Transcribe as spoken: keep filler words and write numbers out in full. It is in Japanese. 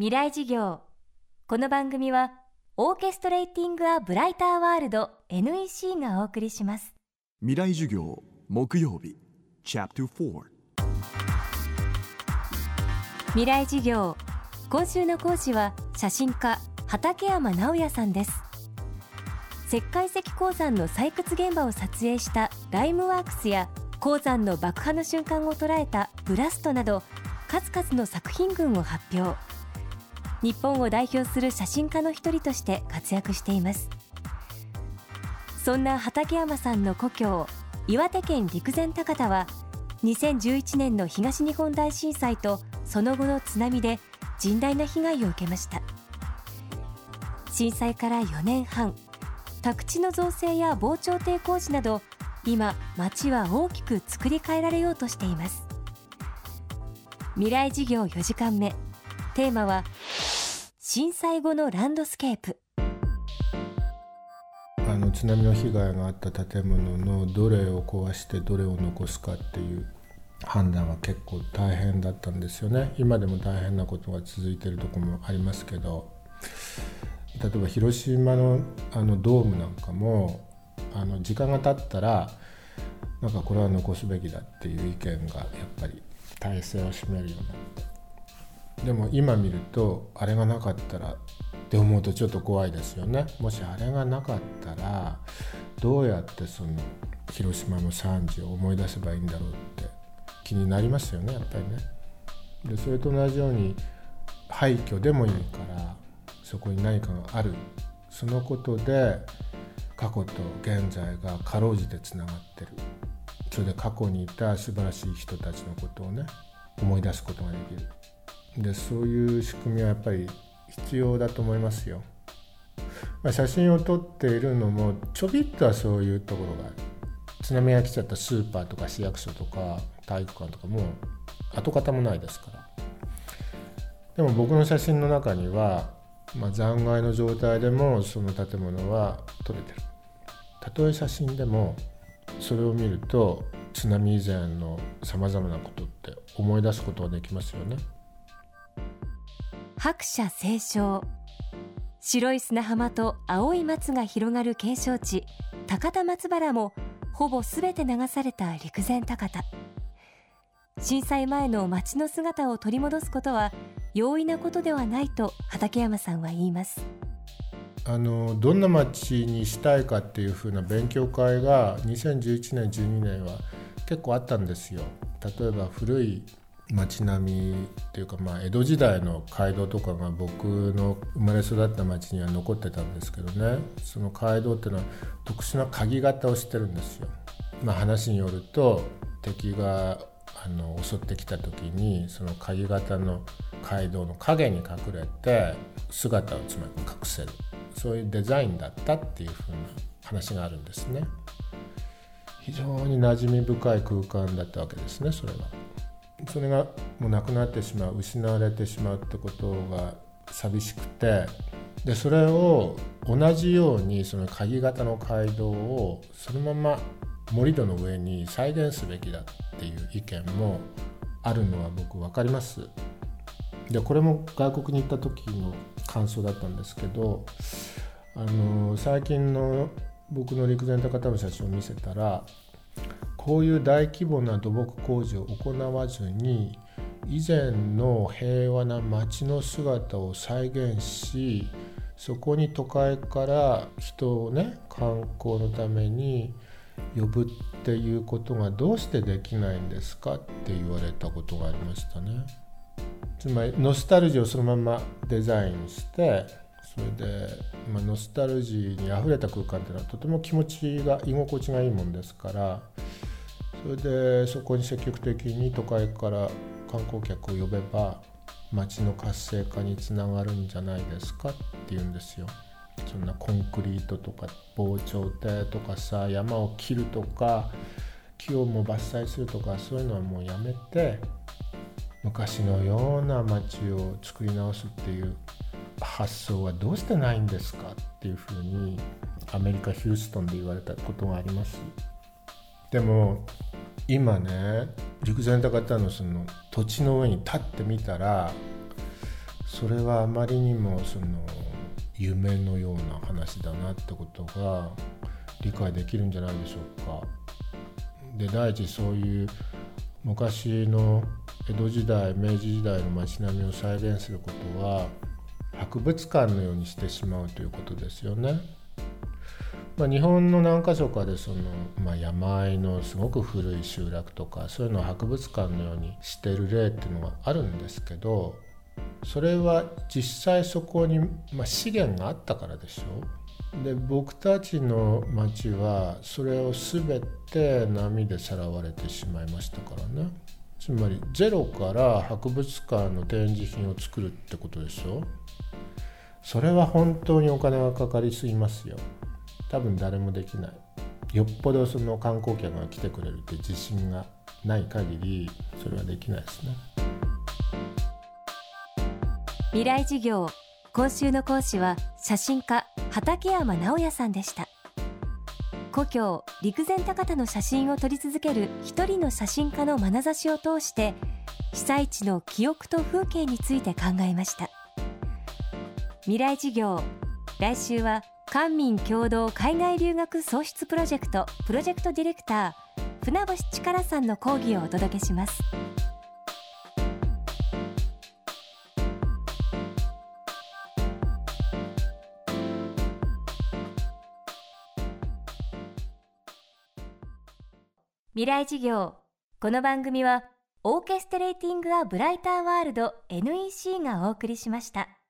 未来事業。この番組はオーケストレーティング・ア・ブライター・ワールド エヌイーシー がお送りします。 未来授業木曜日チャプターよん。 未来事業。今週の講師は写真家畠山直也さんです。石灰石鉱山の採掘現場を撮影したライムワークスや鉱山の爆破の瞬間を捉えたブラストなど数々の作品群を発表。日本を代表する写真家の一人として活躍しています。そんな畠山さんの故郷岩手県陸前高田はにせんじゅういちねんの東日本大震災とその後の津波で甚大な被害を受けました。震災からよねんはん、宅地の造成や防潮堤工事など今町は大きく作り変えられようとしています。未来事業よじかんめ、テーマは震災後のランドスケープ。 あの津波の被害があった建物のどれを壊してどれを残すかっていう判断は結構大変だったんですよね。今でも大変なことが続いているところもありますけど、例えば広島のあのドームなんかもあの時間が経ったらなんかこれは残すべきだっていう意見がやっぱり大勢を占めるようになって、でも今見るとあれがなかったらって思うとちょっと怖いですよね。もしあれがなかったらどうやってその広島の惨事を思い出せばいいんだろうって気になりますよね、やっぱりね。でそれと同じように廃墟でもいいからそこに何かがある、そのことで過去と現在がかろうじてつながってる。それで過去にいた素晴らしい人たちのことをね思い出すことができる。でそういう仕組みはやっぱり必要だと思いますよ。まあ、写真を撮っているのもちょびっとはそういうところがある。津波が来ちゃったスーパーとか市役所とか体育館とかも跡形もないですから。でも僕の写真の中には、まあ、残骸の状態でもその建物は撮れてる。たとえ写真でもそれを見ると津波以前のさまざまなことって思い出すことができますよね。 白砂青松。白い砂浜と青い松が広がる景勝地高田松原もほぼすべて流された陸前高田。震災前の町の姿を取り戻すことは容易なことではないと畠山さんは言います。 あのどんな町にしたいかっていう風な勉強会がにせんじゅういちねんじゅうにねんは結構あったんですよ。例えば古い町並みっていうか、まあ、江戸時代の街道とかが僕の生まれ育った町には残ってたんですけどね、その街道っていうのは特殊な鍵型をしてるんですよ。まあ、話によると敵があの襲ってきた時にその鍵型の街道の影に隠れて姿をつまり隠せる、そういうデザインだったっていう風な話があるんですね。非常に馴染み深い空間だったわけですね。それはそれがもうなくなってしまう、失われてしまうってことが寂しくて、でそれを同じようにその鍵型の街道をそのまま盛り土の上に再現すべきだっていう意見もあるのは僕分かります。でこれも外国に行った時の感想だったんですけど、あの最近の僕の陸前高田の写真を見せたら、こういう大規模な土木工事を行わずに以前の平和な街の姿を再現し、そこに都会から人をね観光のために呼ぶっていうことがどうしてできないんですかって言われたことがありましたね。つまりノスタルジーをそのままデザインして、それで、まあ、ノスタルジーにあふれた空間っていうのはとても気持ちが居心地がいいもんですから、それでそこに積極的に都会から観光客を呼べば街の活性化につながるんじゃないですかって言うんですよ。そんなコンクリートとか防潮堤とかさ、山を切るとか木をも伐採するとか、そういうのはもうやめて昔のような街を作り直すっていう発想はどうしてないんですかっていうふうにアメリカ・ヒューストンで言われたことがあります。でも今ね陸前高田のその土地の上に立ってみたら、 それはあまりにもその夢のような話だなってことが理解できるんじゃないでしょうか。で、第一そういう昔の江戸時代明治時代の街並みを再現することは博物館のようにしてしまうということですよね。まあ、日本の何か所かでその、まあ、山あいのすごく古い集落とかそういうのを博物館のようにしている例っていうのがあるんですけど、それは実際そこに、まあ、資源があったからでしょ。で、僕たちの町はそれを全て波でさらわれてしまいましたからね。つまりゼロから博物館の展示品を作るってことでしょ。それは本当にお金がかかりすぎますよ。多分誰もできない。よっぽどその観光客が来てくれるって自信がない限りそれはできないですね。 未来授業、今週の講師は写真家畠山直也さんでした。故郷陸前高田の写真を撮り続ける一人の写真家の眼差しを通して被災地の記憶と風景について考えました。未来授業、来週は官民共同海外留学創出プロジェクトプロジェクトディレクター船越力さんの講義をお届けします。未来授業、この番組はオーケストレーティング・ア・ブライター・ワールド エヌイーシー がお送りしました。